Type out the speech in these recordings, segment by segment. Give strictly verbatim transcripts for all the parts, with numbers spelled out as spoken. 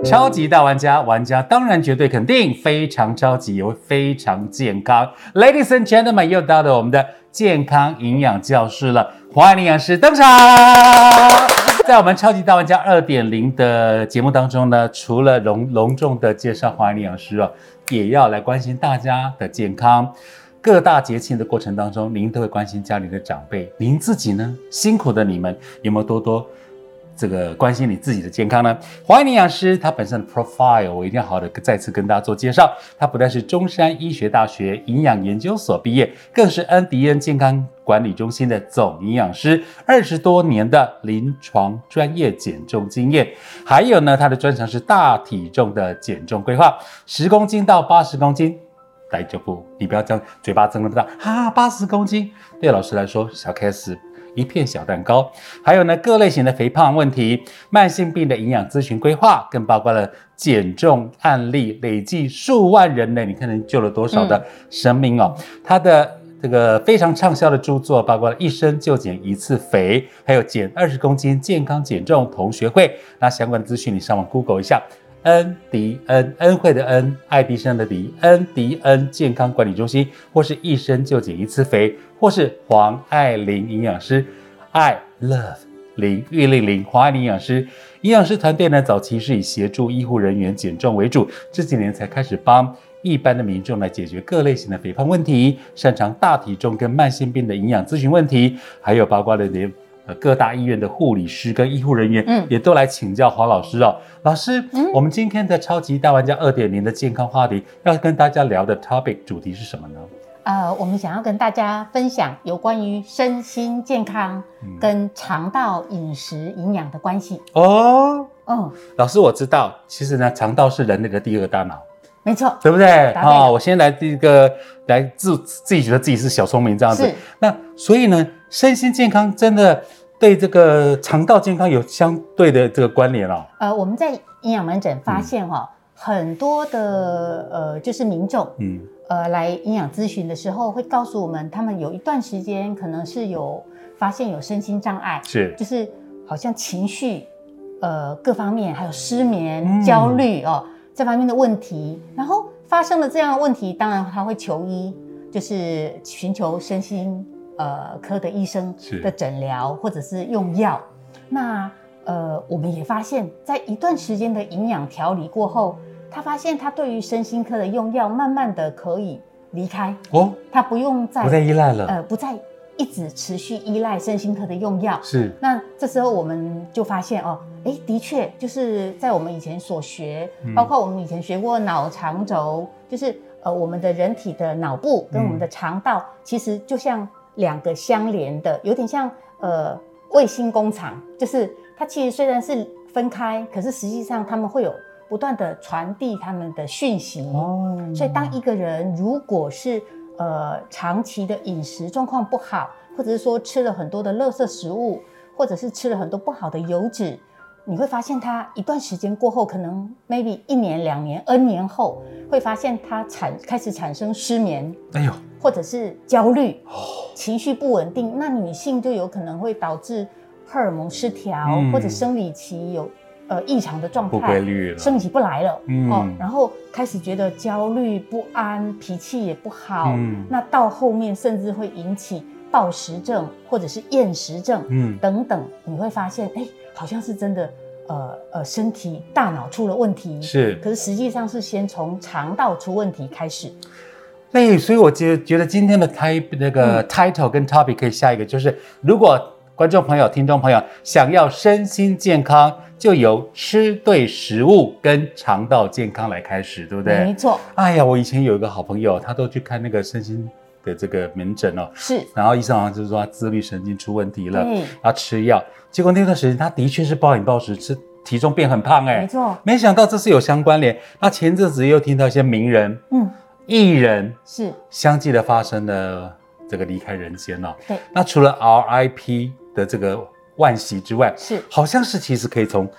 超级大玩家，玩家当然绝对肯定非常超级，也会非常健康。Ladies and gentlemen， 又到了我们的健康营养教室了，欢迎营养师登场。在我们超级大玩家 二点零 的节目当中呢，除了隆隆重的介绍华营养师哦，也要来关心大家的健康。各大节庆的过程当中，您都会关心家里的长辈，您自己呢？辛苦的你们有没有多多这个关心你自己的健康呢？华营营养师他本身的 profile 我一定要好的再次跟大家做介绍。他不但是中山医学大学营养研究所毕业，更是恩迪恩健康管理中心的总营养师，二十多年的临床专业减重经验。还有呢，他的专长是大体重的减重规划，十公斤到八十公斤。来就不，你不要这样嘴巴睁那么大哈，八十公斤对老师来说小 case。一片小蛋糕，还有呢各类型的肥胖问题、慢性病的营养咨询规划，更包括了减重案例，累计数万人呢，你看能救了多少的生命哦！嗯、他的这个非常畅销的著作，包括了一生就减一次肥，还有减二十公斤健康减重同学会。那相关的资讯，你上网 Google 一下。恩迪恩恩惠的恩，爱迪生的迪，恩迪恩健康管理中心，或是一生就减一次肥，或是黄爱玲营养师 ，I love 林玉令林黄爱玲营养师。营养师团队呢，早期是以协助医护人员减重为主，这几年才开始帮一般的民众来解决各类型的肥胖问题，擅长大体重跟慢性病的营养咨询问题，还有包括了连各大医院的护理师跟医护人员，嗯，也都来请教黄老师哦。老师，嗯，我们今天的超级大玩家 二点零 的健康话题，要跟大家聊的 topic 主题是什么呢？ 呃，我们想要跟大家分享有关于身心健康跟肠道饮食营养的关系。 哦，嗯，老师我知道，其实呢，肠道是人类的第二大脑。 没错， 对不对？哦，我先来这个来自自己觉得自己是小聪明这样子。那所以呢，身心健康真的对这个肠道健康有相对的这个关联哦。 呃，我们在营养门诊发现哈、哦嗯，很多的呃就是民众，嗯，呃来营养咨询的时候会告诉我们，他们有一段时间可能是有发现有身心障碍， 是就是好像情绪呃各方面还有失眠、嗯、焦虑哦。这方面的问题，然后发生了这样的问题，当然他会求医，就是寻求身心呃科的医生的诊疗，或者是用药。那呃，我们也发现，在一段时间的营养调理过后，他发现他对于身心科的用药，慢慢的可以离开哦，他不用再不再依赖了， 呃，不再一直持续依赖身心科的用药。 是， 那这时候我们就发现哦。哎，的确，就是在我们以前所学，嗯、包括我们以前学过脑肠轴，就是呃，我们的人体的脑部跟我们的肠道，嗯、其实就像两个相连的，有点像呃卫星工厂，就是它其实虽然是分开，可是实际上他们会有不断的传递他们的讯息。哦，所以当一个人如果是呃长期的饮食状况不好，或者是说吃了很多的垃圾食物，或者是吃了很多不好的油脂。你会发现他一段时间过后，可能 maybe 一年两年 N 年后，会发现他产开始产生失眠，哎呦，或者是焦虑，哦、情绪不稳定。那女性就有可能会导致荷尔蒙失调，嗯、或者生理期有呃异常的状态， 不规律了， 生理期不来了，嗯、哦，然后开始觉得焦虑不安，脾气也不好，嗯、那到后面甚至会引起暴食症或者是厌食症，嗯，等等，你会发现，哎。好像是真的，呃呃，身体大脑出了问题， 是， 可是实际上是先从肠道出问题开始。 对，所以我觉得觉得今天的 type 那个 title 跟 topic 可以下一个，就是如果观众朋友、听众朋友想要身心健康，就由吃对食物跟肠道健康来开始，对不对？ 没错。 哎呀，我以前有一个好朋友，他都去看那个身心的这个门诊哦， 是， 然后医生好像就是说他自律神经出问题了，嗯，要吃药。结果那段时间他的确是暴饮暴食，吃体重变很胖，哎， 没错。 没想到这是有相关联。那前阵子又听到一些名人，嗯，艺人是相继的发生了这个离开人间哦。对。那除了 R I P 的这个惋惜之外， 是好像是其实可以从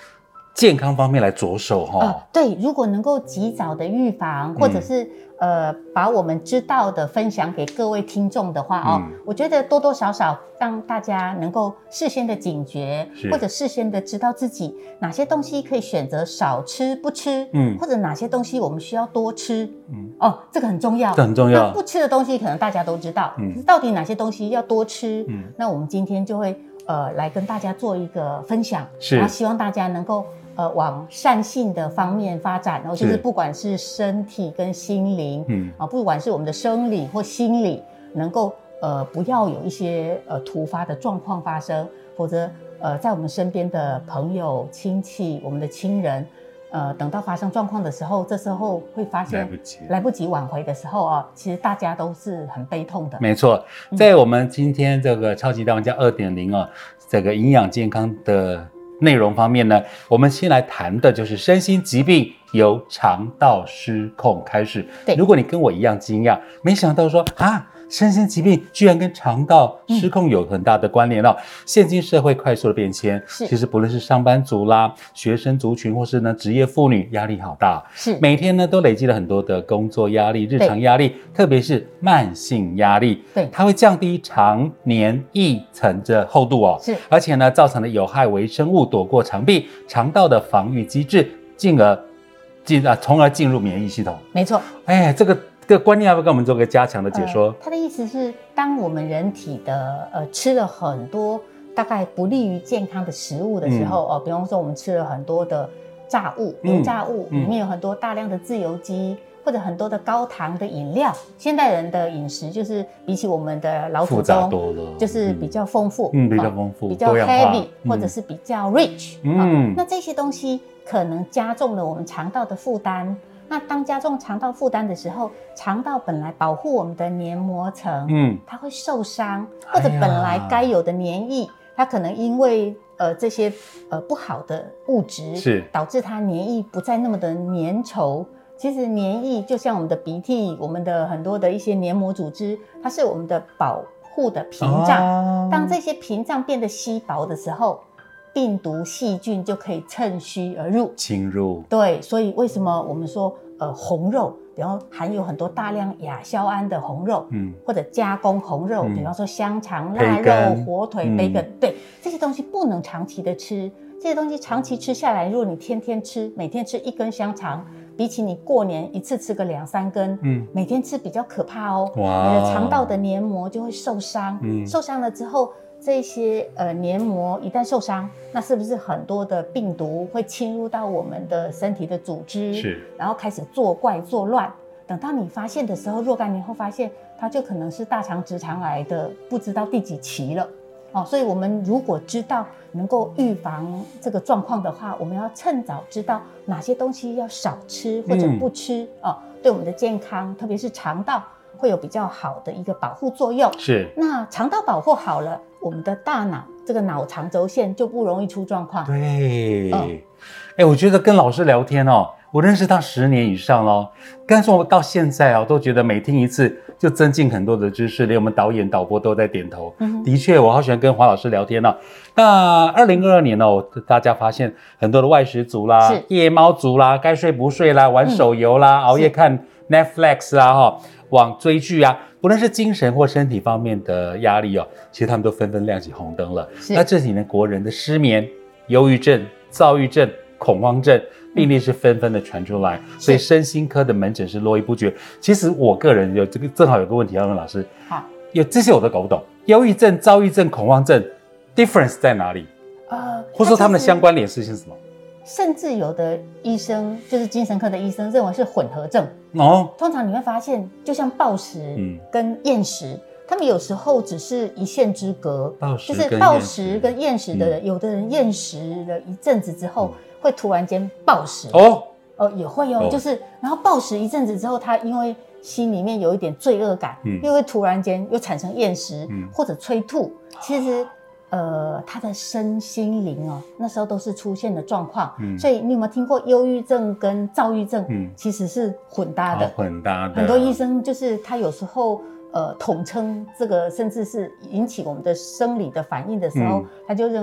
健康方面来着手哈、哦呃。对，如果能够及早的预防，或者是、嗯、呃把我们知道的分享给各位听众的话哦，嗯、我觉得多多少少让大家能够事先的警觉，或者事先的知道自己哪些东西可以选择少吃不吃，嗯，或者哪些东西我们需要多吃，嗯，哦，这个很重要， 这很重要。 那不吃的东西可能大家都知道，嗯，可是到底哪些东西要多吃？嗯，那我们今天就会呃来跟大家做一个分享，是，然后希望大家能够。呃，往善性的方面发展，然后就是不管是身体跟心灵，嗯啊，不管是我们的生理或心理，能够呃不要有一些呃突发的状况发生，否则呃在我们身边的朋友、亲戚、我们的亲人，呃等到发生状况的时候，这时候会发现来不及来不及挽回的时候啊，其实大家都是很悲痛的。 没错，在我们今天这个超级大玩家 二点零 啊，这个营养健康的内容方面呢，我们先来谈的就是身心疾病由肠道失控开始。对，如果你跟我一样惊讶，没想到说啊，身心疾病居然跟肠道失控有很大的关联哦。嗯、现今社会快速的变迁，其实不论是上班族啦、学生族群，或是呢职业妇女，压力好大，是每天呢都累积了很多的工作压力、日常压力，特别是慢性压力，对，它会降低肠黏液层的厚度哦，是，而且呢造成了有害微生物躲过肠壁、肠道的防御机制，进而进啊，从而进入免疫系统。 没错， 哎，这个。这个观念要不要跟我们做个加强的解说？呃、 他的意思是，当我们人体的呃吃了很多大概不利于健康的食物的时候，哦、嗯呃，比方说我们吃了很多的炸物、油炸物，嗯、里面有很多大量的自由基，或者很多的高糖的饮料。现代人的饮食就是比起我们的老祖宗，多了就是比较丰富， 嗯，比较丰富， 比较 heavy，、嗯、或者是比较 rich， 嗯、呃，那这些东西可能加重了我们肠道的负担。那当加重肠道负担的时候，肠道本来保护我们的黏膜层，嗯，它会受伤，或者本来该有的黏液，它可能因为呃这些呃不好的物质，是导致它黏液不再那么的粘稠。其实黏液就像我们的鼻涕，我们的很多的一些黏膜组织，它是我们的保护的屏障。哦、当这些屏障变得稀薄的时候，病毒细菌就可以趁虚而入， 侵入。 对，所以为什么我们说，呃，红肉，比方含有很多大量亚硝胺的红肉，嗯，或者加工红肉，嗯、比方说香肠、腊肉、火腿、培根，嗯、对，这些东西不能长期的吃。这些东西长期吃下来，如果你天天吃，每天吃一根香肠，比起你过年一次吃个两三根，嗯，每天吃比较可怕哦。哇，你的肠道的黏膜就会受伤，嗯，受伤了之后。这些呃黏膜一旦受伤，那是不是很多的病毒会侵入到我们的身体的组织，是，然后开始作怪作乱。等到你发现的时候，若干年后发现，它就可能是大肠直肠癌的不知道第几期了。哦，所以我们如果知道能够预防这个状况的话，我们要趁早知道哪些东西要少吃或者不吃，嗯、哦，对我们的健康，特别是肠道会有比较好的一个保护作用。是，那肠道保护好了，我们的大脑这个脑肠轴线就不容易出状况。 对，嗯欸、我觉得跟老师聊天哦，我认识他十年以上了，但是我到现在哦，都觉得每听一次就增进很多的知识，连我们导演导播都在点头。嗯、的确，我好喜欢跟黄老师聊天哦。那二零二二年哦，大家发现很多的外食族啦、夜猫族啦、该睡不睡啦、玩手游啦、嗯、熬夜看 Netflix 啦哈。往追剧啊，不论是精神或身体方面的压力哦，其实他们都纷纷亮起红灯了。那这几年国人的失眠、忧郁症、躁郁症、恐慌症病例是纷纷的传出来，嗯、所以身心科的门诊是络绎不绝。其实我个人有这个正好有个问题要问老师，好，有这些我都搞不懂，忧郁症、躁郁症、恐慌症 difference 在哪里？呃，或者说他们的相关联是什么？ 甚至有的医生，就是精神科的医生，认为是混合症哦。通常你会发现，就像暴食跟厌食，嗯、他们有时候只是一线之隔。就是暴食跟厌食的人，嗯、有的人厌食了一阵子之后，嗯、会突然间暴食哦，哦也会哦，哦就是然后暴食一阵子之后，他因为心里面有一点罪恶感，嗯、又会突然间又产生厌食，嗯、或者催吐。其实。呃，他的身心灵哦，那时候都是出现的状况，嗯，所以你有没有听过忧郁症跟躁郁症？嗯，其实是混搭的， 哦、混搭的。 很多医生就是他有时候呃统称这个，甚至是引起我们的生理的反应的时候，嗯、他就认为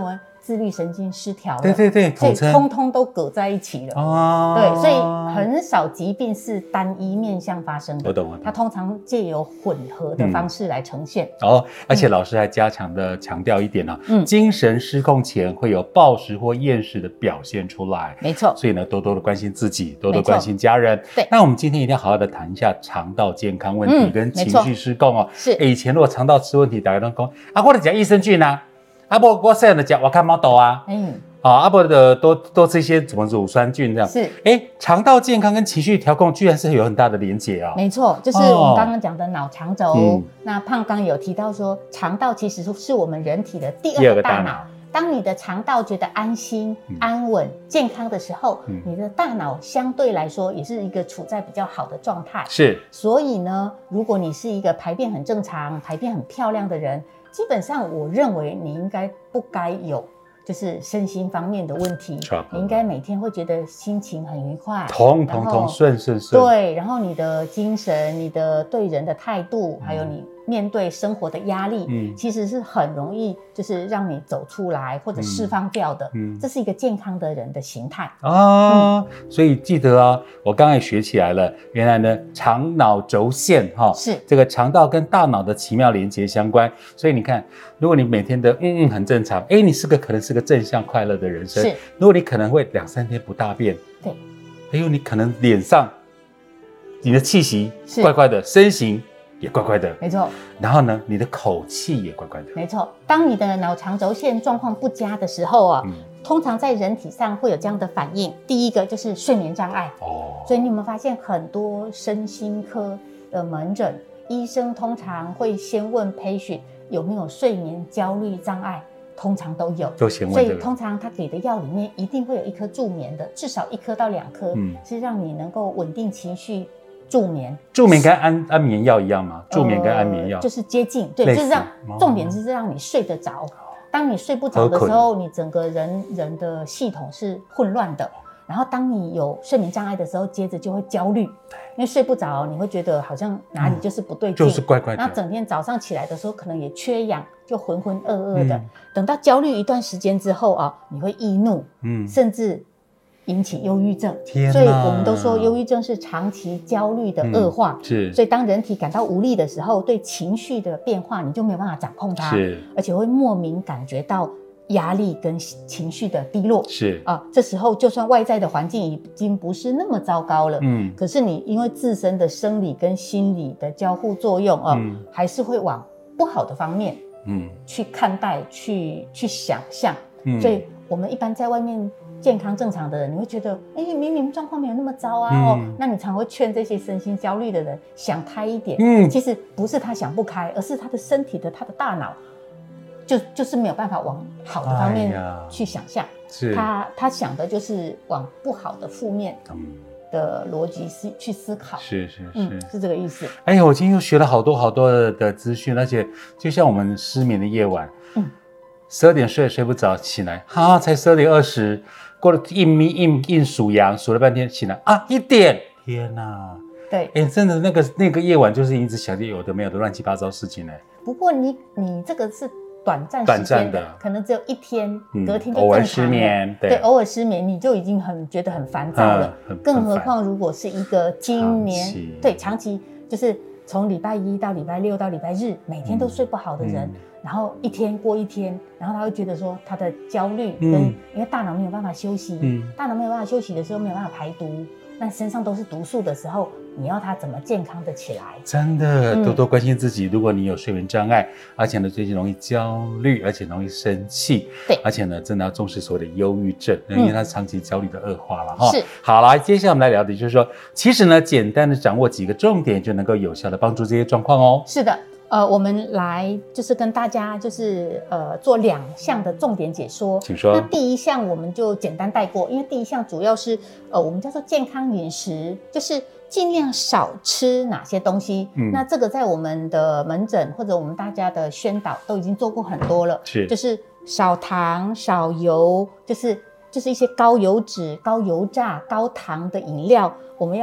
自律神经失调了。 对对对， 所以统称通通都搁在一起了。 哦， 对，所以很少疾病是单一面向发生的。 我懂我懂它通常借由混合的方式来呈现。 哦，而且老师还加强的强调一点呢、啊， 嗯， 精神失控前会有暴食或厌食的表现出来。 没错， 所以呢，多多的关心自己，多多关心家人。 对， 那我们今天一定要好好的谈一下肠道健康问题、嗯、跟情绪失控哦。 是， 以前如果肠道吃问题，大家都讲啊，我得讲益生菌啊，啊不，我现在的讲我看猫豆啊，嗯。啊，阿伯的多多吃一些什么乳酸菌这样是， 哎，肠道健康跟情绪调控居然是有很大的连结啊、哦。 没错，就是我们刚刚讲的脑肠轴。 嗯、 那胖刚有提到说，肠道其实是我们人体的第二个大脑。大脑当你的肠道觉得安心、嗯、安稳、健康的时候，嗯、你的大脑相对来说也是一个处在比较好的状态。 是， 所以呢，如果你是一个排便很正常、排便很漂亮的人，基本上我认为你应该不该有。就是身心方面的问题，你应该每天会觉得心情很愉快， 通通通顺顺顺。 对，然后你的精神、你的对人的态度，嗯、还有你面对生活的压力，嗯，其实是很容易就是让你走出来或者释放掉的。嗯，这是一个健康的人的形态啊。嗯、所以记得啊，我刚才也学起来了，原来呢，肠脑轴线哈、哦， 是这个肠道跟大脑的奇妙连接相关。所以你看，如果你每天的嗯嗯很正常，哎，你是个可能是个正向快乐的人生。 是， 如果你可能会两三天不大便， 对， 哎呦，你可能脸上你的气息怪怪的，身形也怪怪的， 没错。 然后呢，你的口气也怪怪的， 没错。当你的脑肠轴线状况不佳的时候啊，嗯、通常在人体上会有这样的反应。第一个就是睡眠障碍哦，所以你有没有发现很多身心科的门诊，医生通常会先问patient有没有睡眠焦虑障碍。通常都有， 都先问所以通常他给的药里面一定会有一颗助眠的，至少一颗到两颗，嗯，是让你能够稳定情绪助眠。 助眠跟安安眠药一样吗？助眠跟安眠药、 呃、就是接近，对，就是让、哦、重点是让你睡得着。当你睡不着的时候，你整个人人的系统是混乱的。然后当你有睡眠障碍的时候，接着就会焦虑，因为睡不着，你会觉得好像哪里就是不对劲， 嗯、就是怪怪的。 然后整天早上起来的时候，可能也缺氧，就浑浑噩噩的。嗯、等到焦虑一段时间之后啊，你会易怒，嗯，甚至引起忧郁症。 天哪！ 所以我们都说，忧郁症是长期焦虑的恶化。 嗯、是。 所以当人体感到无力的时候，对情绪的变化你就没有办法掌控它， 是， 而且会莫名感觉到压力跟情绪的低落， 是啊，这时候就算外在的环境已经不是那么糟糕了，嗯，可是你因为自身的生理跟心理的交互作用啊，嗯、还是会往不好的方面，嗯，去看待，去去想象，嗯，所以我们一般在外面健康正常的人，你会觉得，哎，明明状况没有那么糟啊，嗯、哦，那你常会劝这些身心焦虑的人想开一点，嗯，其实不是他想不开，而是他的身体的他的大脑。就就是没有办法往好的方面去想象，哎、他他想的就是往不好的负面的逻辑思去思考， 是是是、 嗯，是这个意思。 哎呀，我今天又学了好多好多的资讯，而且就像我们失眠的夜晚，嗯，十二点睡睡不着，起来哈才十二点二十，过了一眯一一数羊，数了半天，起来啊一点，天哪！ 对， 哎，真的那个那个夜晚就是一直想些有的没有的乱七八糟事情呢。 不过你你这个是。短暂时间的，可能只有一天，嗯、隔天就正常了。 偶尔失眠，对， 对，偶尔失眠你就已经很觉得很烦躁了。嗯、更何况如果是一个今年，对，长期就是从礼拜一到礼拜六到礼拜日，每天都睡不好的人，嗯、然后一天过一天，然后他会觉得说他的焦虑跟、嗯、因为大脑没有办法休息，嗯、大脑没有办法休息的时候没有办法排毒。那身上都是毒素的时候，你要他怎么健康的起来？ 真的，多多关心自己。嗯、如果你有睡眠障碍，而且呢最近容易焦虑，而且容易生气， 对， 而且呢真的要重视所谓的忧郁症，因为它是长期焦虑的恶化了哈。 是， 好来，接下来我们来聊的就是说，其实呢简单的掌握几个重点，就能够有效的帮助这些状况哦。 是的。呃，我们来就是跟大家就是呃做两项的重点解说， 请说。 那第一项我们就简单带过，因为第一项主要是呃我们叫做健康饮食，就是尽量少吃哪些东西。嗯，那这个在我们的门诊或者我们大家的宣导都已经做过很多了， 是， 就是少糖、少油，就是就是一些高油脂、高油炸、高糖的饮料，我们要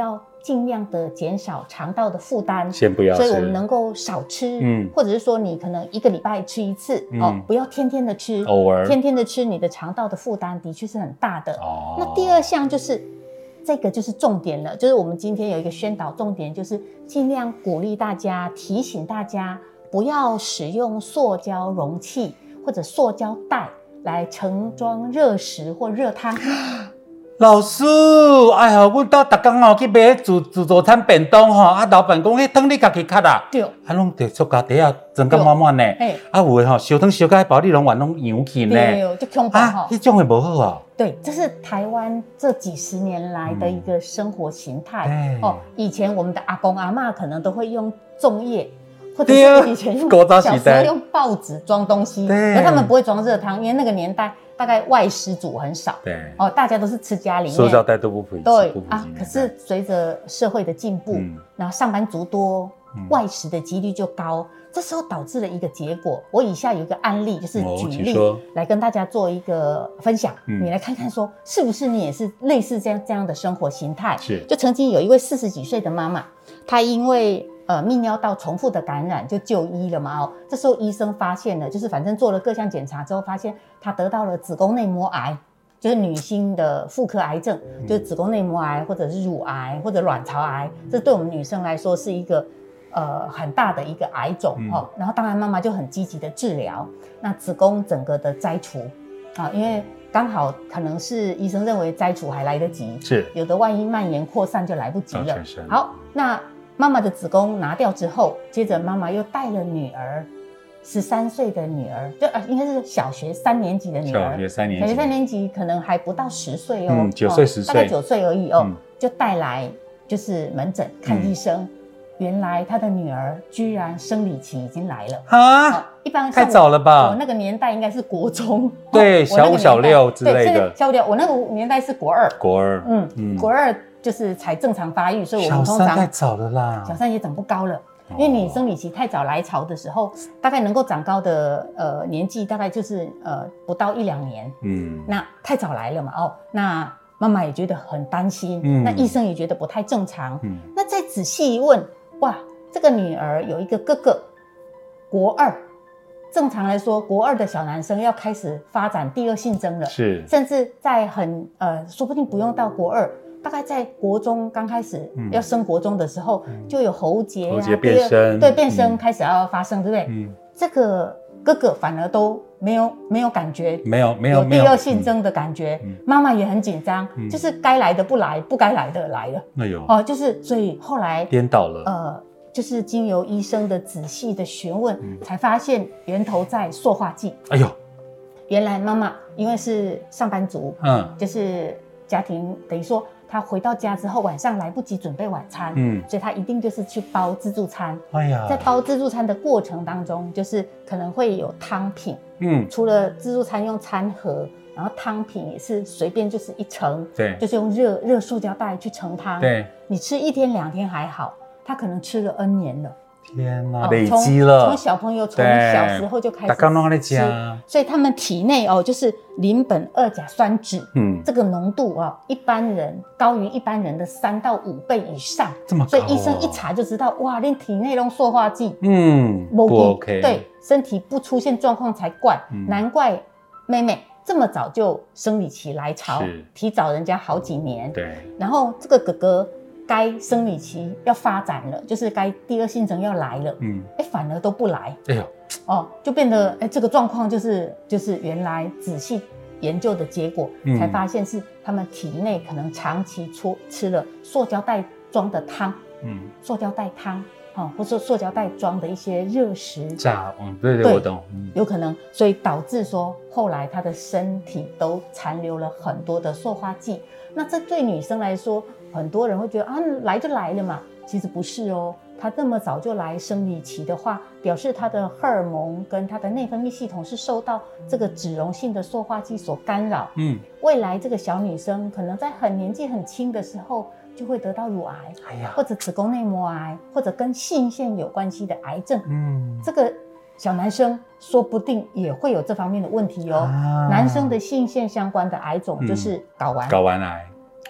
尽量的减少肠道的负担， 先不要吃， 所以我们能够少吃， 嗯， 或者是说你可能一个礼拜吃一次，嗯、哦，不要天天的吃， 偶尔天天的吃，你的肠道的负担的确是很大的。 哦， 那第二项就是这个就是重点了，就是我们今天有一个宣导重点，就是尽量鼓励大家，提醒大家不要使用塑胶容器或者塑胶袋来盛装热食或热汤。 老师，哎呀，阮兜逐工吼去买自自助餐便当吼，啊，老板讲迄汤你家己卡啦， 对， 啊，拢着塑胶袋啊，装甲满满呢，啊，有诶吼，烧汤烧甲包你拢完拢扬起呢， 对，就恐怖啊，迄种诶无好啊。 对，这是台湾这几十年来的一个生活形态、 嗯、 哦。以前我们的阿公阿嬷可能都会用粽叶，或者是以前用小时候用报纸装东西，而他们不会装热汤，因为那个年代大概外食族很少，对哦，大家都是吃家里面， 塑胶袋都不普及， 对啊。可是随着社会的进步， 嗯、 然后上班族多，嗯、外食的几率就高。这时候导致了一个结果，我以下有一个案例，就是举例、哦、来跟大家做一个分享、嗯，你来看看说是不是你也是类似这样这样的生活形态？是，就曾经有一位四十几岁的妈妈，她因为呃泌尿道重复的感染就就医了嘛哦，这时候医生发现了，就是反正做了各项检查之后，发现她得到了子宫内膜癌，就是女性的妇科癌症，嗯、就是子宫内膜癌或者是乳癌或者卵巢癌，这对我们女生来说是一个。呃，很大的一个癌种、嗯哦、然后当然妈妈就很积极的治疗，那子宫整个的摘除啊，因为刚好可能是医生认为摘除还来得及，是有的万一蔓延扩散就来不及了。好，那妈妈的子宫拿掉之后，接着妈妈又带了女儿，十三岁的女儿，就啊应该是小学三年级的女儿， 小学三年级， 小学三年级可能还不到十岁哦， 嗯，九岁十岁， 大概九岁而已哦、嗯，就带来就是门诊看医生。嗯，原来他的女儿居然生理期已经来了啊、哦！一般太早了吧？ 我那个年代应该是国中， 对，哦、小五、小六之类的。 小五、小六，我那个年代是国二。 国二，嗯嗯，国二就是才正常发育，所以我们通常小三太早了啦。 小三也长不高了，因为你生理期太早来潮的时候，大概能够长高的呃年纪大概就是呃不到一两年。嗯，那太早来了嘛，哦，那。妈妈也觉得很担心、嗯，那医生也觉得不太正常。嗯、那再仔细一问，哇，这个女儿有一个哥哥，国二。正常来说，国二的小男生要开始发展第二性征了，是，甚至在很呃，说不定不用到国二，大概在国中刚开始、嗯、要升国中的时候，嗯、就有喉结啊， 喉结变声， 对，变声开始要发生，嗯、对不对？嗯，这个哥哥反而都。没有没有感觉， 没有没有有第二性征的感觉，嗯、妈妈也很紧张、嗯，就是该来的不来，不该来的来了。 哎呦， 哦，就是所以后来颠倒了。 呃，就是经由医生的仔细的询问，嗯、才发现源头在塑化剂。哎呦，原来妈妈因为是上班族，嗯，就是家庭等于说。他回到家之后，晚上来不及准备晚餐，嗯，所以他一定就是去包自助餐。哎呀，在包自助餐的过程当中，就是可能会有汤品，嗯，除了自助餐用餐盒，然后汤品也是随便就是一盛，对，就是用热热塑胶袋去盛汤。对，你吃一天两天还好，他可能吃了 N 年了。 天哪，累积了。 从小朋友从小时候就开始吃，所以他们体内哦，就是邻苯二甲酸酯，嗯，这个浓度啊、哦，一般人高于一般人的三到五倍以上， 这么高、哦， 所以医生一查就知道，哇，连体内用塑化剂， 嗯，不 OK， 对，身体不出现状况才怪，嗯、难怪妹妹这么早就生理期来潮，提早人家好几年，对，然后这个哥哥。该生理期要发展了，就是该第二性征要来了，嗯，哎，反而都不来，哎呦，哦，就变得哎，这个状况就是就是原来仔细研究的结果，嗯、才发现是他们体内可能长期吃吃了塑胶袋装的汤，嗯，塑胶袋汤，哦，或者塑胶袋装的一些热食炸，嗯，对 对, 对，我懂， 嗯，有可能，所以导致说后来他的身体都残留了很多的塑化剂，那这对女生来说。很多人会觉得啊，来就来了嘛，其实不是哦。她这么早就来生理期的话，表示她的荷尔蒙跟她的内分泌系统是受到这个脂溶性的塑化剂所干扰。嗯，未来这个小女生可能在很年纪很轻的时候就会得到乳癌，哎呀，或者子宫内膜癌，或者跟性腺有关系的癌症。嗯，这个小男生说不定也会有这方面的问题哦。啊、男生的性腺相关的癌种就是睾丸， 睾丸癌。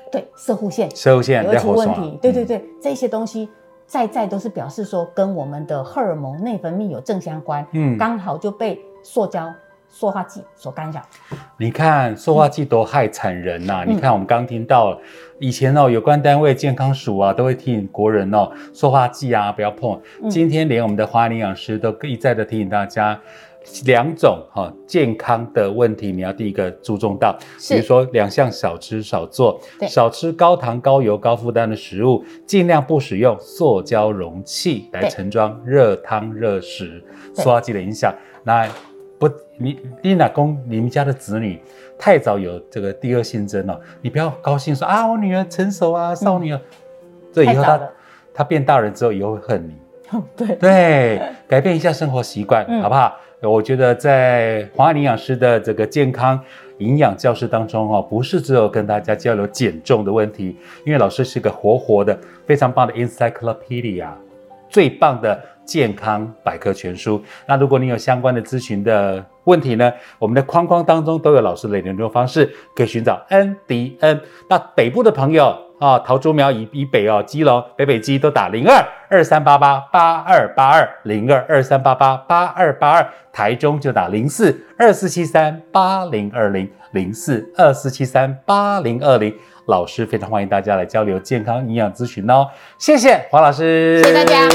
对，射护腺， 射护腺也会出问题。 嗯、 对对对，这些东西在在都是表示说跟我们的荷尔蒙内分泌有正相关，嗯，刚好就被塑胶。塑化剂所干扰， 你看塑化剂多害惨人呐、啊嗯！你看我们刚听到了，以前哦，有关单位健康署啊，都会提醒国人哦，塑化剂啊不要碰。嗯、今天连我们的华营养师都一再的提醒大家，两种哈、哦、健康的问题，你要第一个注重到，比如说两项少吃少做，少吃高糖、高油、高负担的食物，尽量不使用塑胶容器来盛装热汤热食，塑化剂的影响，那。不，你你老公，你们家的子女太早有这个第二性征了，你不要高兴说啊，我女儿成熟啊，少女啊，嗯、这以后她她变大人之后，以后会恨你。 对对，改变一下生活习惯，嗯、好不好？我觉得在黄安营养师的这个健康营养教室当中哦，不是只有跟大家交流减重的问题，因为老师是个活活的、非常棒的 encyclopedia， 最棒的。健康百科全书。那如果你有相关的咨询的问题呢，我们的框框当中都有老师的联络方式，可以寻找 N D N。那北部的朋友啊，桃竹苗以以北哦，基隆、北北基都打零二二三八八八二八二零二二三八八八二八二，台中就打零四二四七三八零二零零四二四七三八零二零。老师非常欢迎大家来交流健康营养咨询哦，谢谢黄老师， 谢谢大家。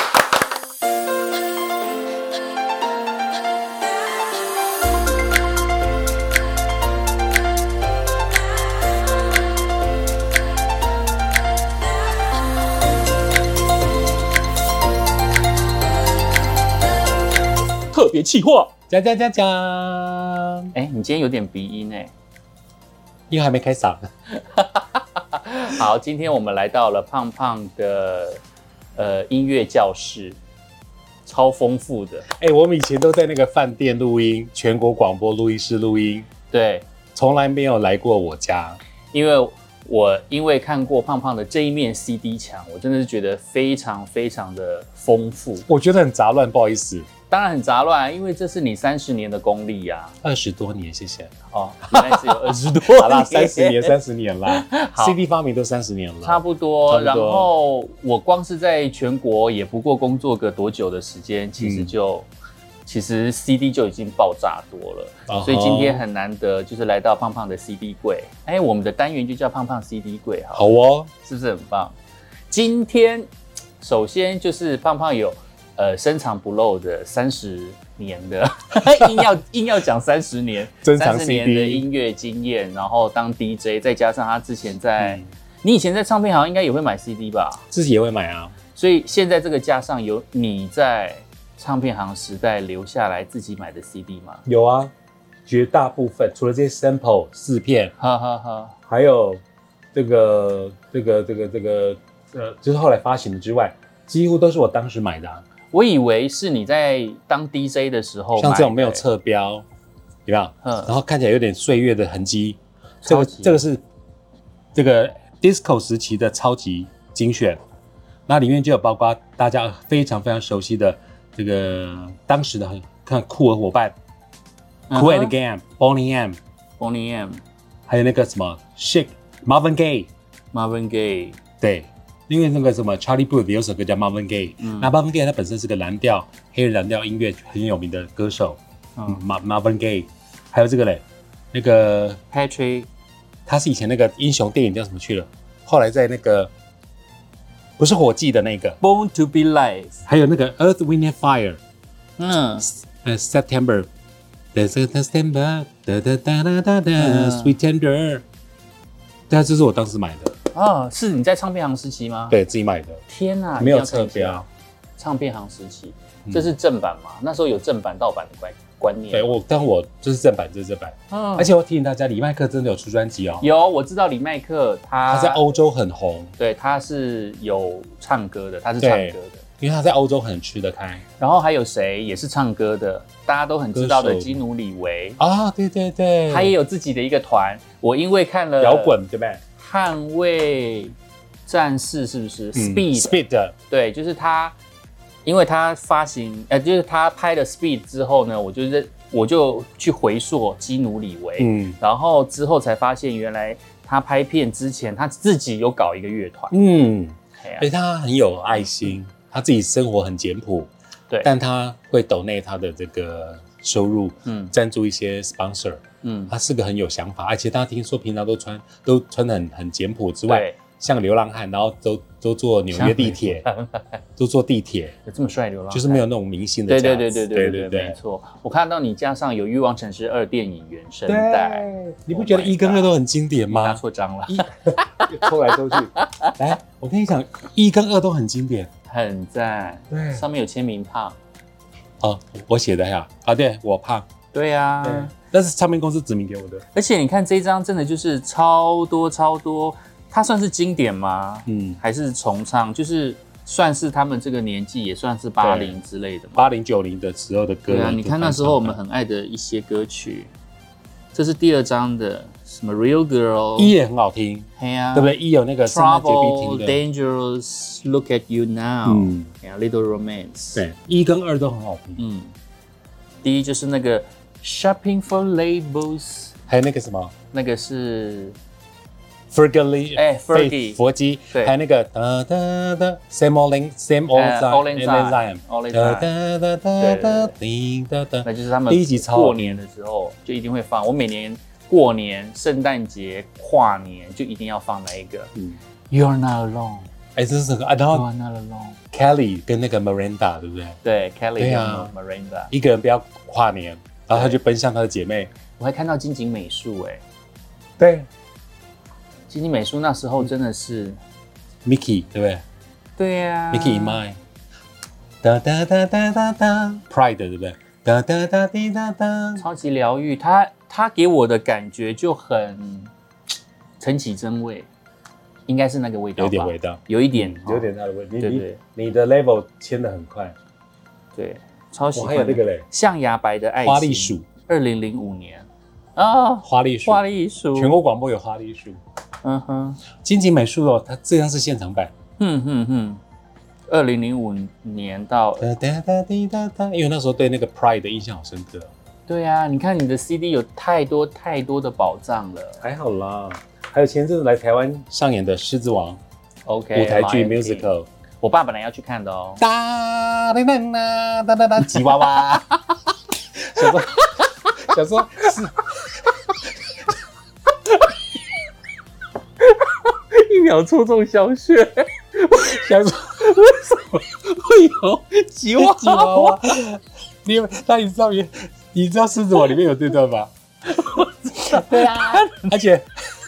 特别企划， 讲讲讲讲。 哎，你今天有点鼻音哎， 因为还没开嗓。 好，今天我们来到了胖胖的呃音乐教室，超丰富的。 哎、欸，我们以前都在那个饭店录音，全国广播录音室录音， 对， 从来没有来过我家。 因为我因为看过胖胖的这一面 C D 墙，我真的是觉得非常非常的丰富。 我觉得很杂乱，不好意思。 当然很杂乱，因为这是你三十年的功力呀、啊， 二十多年，谢谢。 哦，原来是有二十多年， 好啦，三十年，三十年啦。C D 发明都三十年了， 差不多。差不多然后我光是在全国也不过工作个多久的时间，其实就、嗯、其实 C D 就已经爆炸多了， uh-huh. 所以今天很难得，就是来到胖胖的 C D 柜。哎，我们的单元就叫胖胖 C D 柜，好， 好哦， 是不是很棒？今天首先就是胖胖有。呃，深藏不露的三十年的，硬要硬要讲三十年，三十年的音乐经验，然后当 D J， 再加上他之前在，嗯、你以前在唱片行应该也会买 C D 吧？ 自己也会买啊。 所以现在这个架上有你在唱片行时代留下来自己买的 C D 吗？ 有啊，绝大部分除了这些 sample 四片， 哈哈哈， 还有这个这个这个这个呃，就是后来发行的之外，几乎都是我当时买的、啊。 我以为是你在当 D J 的时候买的， 像这种没有侧标，有没有？嗯，然后看起来有点岁月的痕迹。这个这个是这个 disco 时期的超级精选，那里面就有包括大家非常非常熟悉的这个当时的看酷儿伙伴、uh-huh. Cool and Gang、Boney M、Boney M， 还有那个什么 Chic、Marvin Gaye、Marvin Gaye， 对。因为那个什么 Charlie Puth 有首歌叫 Marvin Gaye，、嗯、那 Marvin Gaye 他本身是个蓝调黑人蓝调音乐很有名的歌手，嗯 Marvin Gaye， 还有这个嘞，那个 Patrick， 他是以前那个英雄电影叫什么去了？后来在那个不是火计的那个 Born to Be Alive， 还有那个 Earth Wind and Fire， 嗯， 呃 September， September， 哒哒哒哒哒哒 ，Sweet Tender， 对啊，这是我当时买的。 哦，是你在唱片行时期吗？ 对，自己买的。 天哪， 没有侧标。 唱片行时期，这是正版嘛？嗯、那时候有正版盗版的观观念。 对，我但我这是正版，这是正版。嗯，而且我提醒大家，李麦克真的有出专辑哦。 有，我知道李麦克他他在欧洲很红。 对，他是有唱歌的，他是唱歌的， 因为他在欧洲很吃得开。 然后还有谁也是唱歌的，大家都很知道的基努里维啊，对对对， 他也有自己的一个团。我因为看了摇滚，对不对？ 捍卫战士是不是、嗯、？Speed Speed 对，就是他，因为他发行，呃，就是他拍了 Speed 之后呢，我就是我就去回溯基努里维，嗯，然后之后才发现原来他拍片之前，他自己有搞一个乐团。 嗯， 哎呀而且他很有爱心，他自己生活很简朴， 对， 但他会抖内他的这个收入， 嗯赞助一些 sponsor， 嗯， 他是个很有想法，而且大家听说平常都穿都穿得很很简朴之外对， 像流浪汉，然后都都坐纽约地铁，都坐地铁， 有这么帅的流浪汉， 就是没有那种明星的对架子。 对对对对对对，没错。我看到你架上有《欲望城市二》电影原声带， 对，你不觉得一跟二都很经典拿吗？ 错章了， 抽来抽去，来，我跟你讲，一跟二都很经典。 很赞。 对上面有签名胖。 哦，我写的呀，啊，对我胖， 对呀、 对，那是唱片公司指名给我的。 而且你看这一张真的就是超多超多，它算是经典吗？ 嗯， 还是重唱？就是算是他们这个年纪，也算是八零之类的嘛。 八零九零的时候的歌。 对啊，你看那时候我们很爱的一些歌曲，这是第二张的，什么 Real Girl， 一也很好听， 嘿呀、 对不对？一有那个圣诞节必 Trouble 听的。 Dangerous Look at You Now， 嗯， 哎呀 Little Romance， 对，一跟二都很好听。 嗯，第一就是那个 Shopping for Labels， 还有那个什么那个是 Fergie， 哎 Fergie 佛基， 对还有那个哒哒哒 Same old thing Same old 呃 time All in Time All in 哒 Time， 哒哒哒哒叮哒哒， 那就是他们第一集超好听过年的时候就一定会放。我每年过年、圣诞节、跨年就一定要放那一个。 嗯， You're not alone， 哎，这是个啊，然 You 后 are not alone。 Kelly 跟那个 Miranda 对不对？ 对 ，Kelly 跟对啊 Miranda， 一个人不要跨年，然后他就奔向他的姐妹。 我还看到金井美术，哎， 对金井美术那时候真的是， ，Mickey 对不对对呀 ？Mickey in Mine，哒哒哒哒哒哒 ，Pride 对不对？哒哒哒滴哒哒， 超级疗愈。他他给我的感觉就很陈绮贞味，应该是那个味道吧， 有点味道， 有一点， 有点他的味。你对对你你的 level 签的很快。 对，超喜我欢的。 还有那个嘞， 象牙白的爱情， 花栗鼠， 二零零五年啊， 花栗鼠， 花栗鼠， 全国广播有花栗鼠。 嗯哼， 金井美术哦，它这张是现场版。 哼哼哼，二零零五年到， 哒哒哒滴哒哒，因为那时候对那个 Pride 的印象好深刻。 对啊，你看你的 C D 有太多太多的宝藏了。 还好啦，还有前阵子来台湾上演的《狮子王》 OK， 舞台剧 Lion King musical， 我爸本来要去看的哦。 哒哒哒哒哒哒哒，吉娃娃。想说想说是一秒戳中小穴， 想说为什么会有吉娃吉娃娃？你有那你知道你你知道《狮子王》里面有这段吗？ 对啊， 而且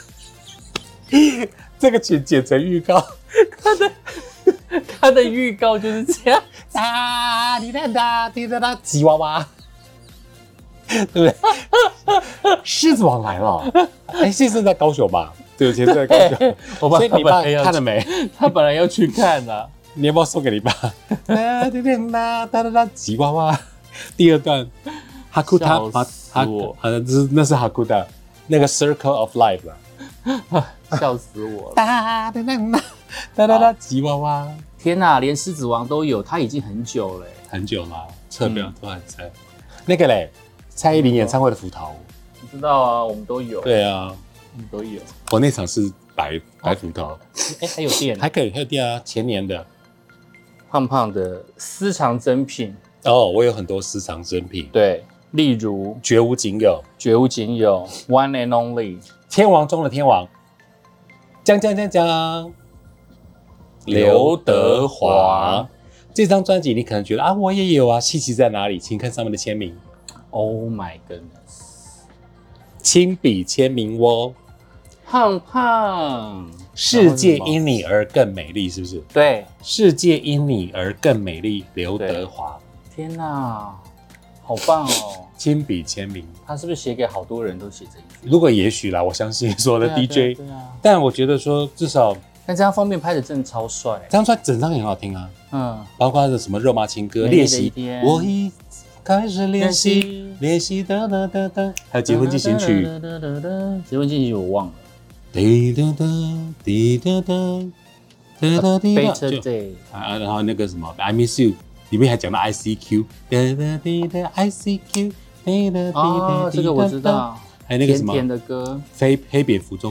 这个剪剪成预告， 他的预告就是这样。 哒滴哒哒滴哒哒，吉娃娃，对不对？狮子王来了，哎，现在在高雄吧？对，现在在高雄。 我爸所以你爸本来要看了没？ 他本来要去看的、啊。 你要不要送给你爸？哒滴哒哒哒哒，吉娃娃。第二段，哈库塔， 笑死哈我好像是那是哈库塔，那个 Circle of Life 吧。 笑死我了！ 哒哒哒哒哒哒哒，吉娃娃。 天哪，连狮子王都有，他已经很久了耶。 很久了，侧标都还在。那个嘞，蔡依林演唱会的福桃， 你知道啊，我们都有， 对啊， 我们都有。 我那场是白白福桃， 哎、还有店， 还可以，还有店啊，前年的。 胖胖的私藏珍品， 哦，我有很多私藏珍品， 对，例如绝无仅有， 绝无仅有 ，One and Only， 天王中的天王，将将将将， 刘德华。 这张专辑你可能觉得啊，我也有啊，稀奇在哪里？请看上面的签名， Oh my goodness， 亲笔签名哦。 胖胖， 世界因你而更美丽，是不是？ 对， 世界因你而更美丽，刘德华。 天哪，好棒哦！ 亲笔签名， 他是不是写给好多人都写这一句？ 如果也许啦，我相信所有的 D J，、 对啊，对啊。 但我觉得说至少但这张封面拍的真的超帅， 这张专整张也很好听啊， 嗯， 包括的什么肉麻情歌、 美丽的一练习， 天我已开始练习练习练习哒哒哒哒，还有结婚进行曲， 结婚进行曲我忘了。 滴哒哒滴哒哒哒哒滴哒， Better 就 Day， 啊，然后那个什么 I Miss You 里面还讲到 I C Q， 哒哒滴哒 I C Q， 哒哒滴哒哦，这个我知道。 还有那个什么甜甜的歌， 黑黑蝙蝠中队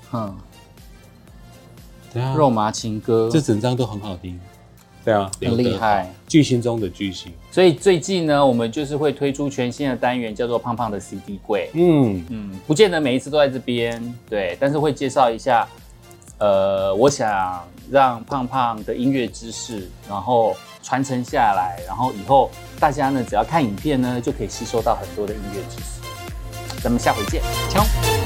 嗯， 对啊， 肉麻情歌， 这整张都很好听。对啊， 很厉害， 巨星中的巨星。 所以最近呢，我们就是会推出全新的单元，叫做胖胖的 C D 柜。 嗯嗯，不见得每一次都在这边，对，但是会介绍一下。呃，我想让胖胖的音乐知识，然后传承下来，然后以后大家呢，只要看影片呢，就可以吸收到很多的音乐知识。咱们下回见，敲。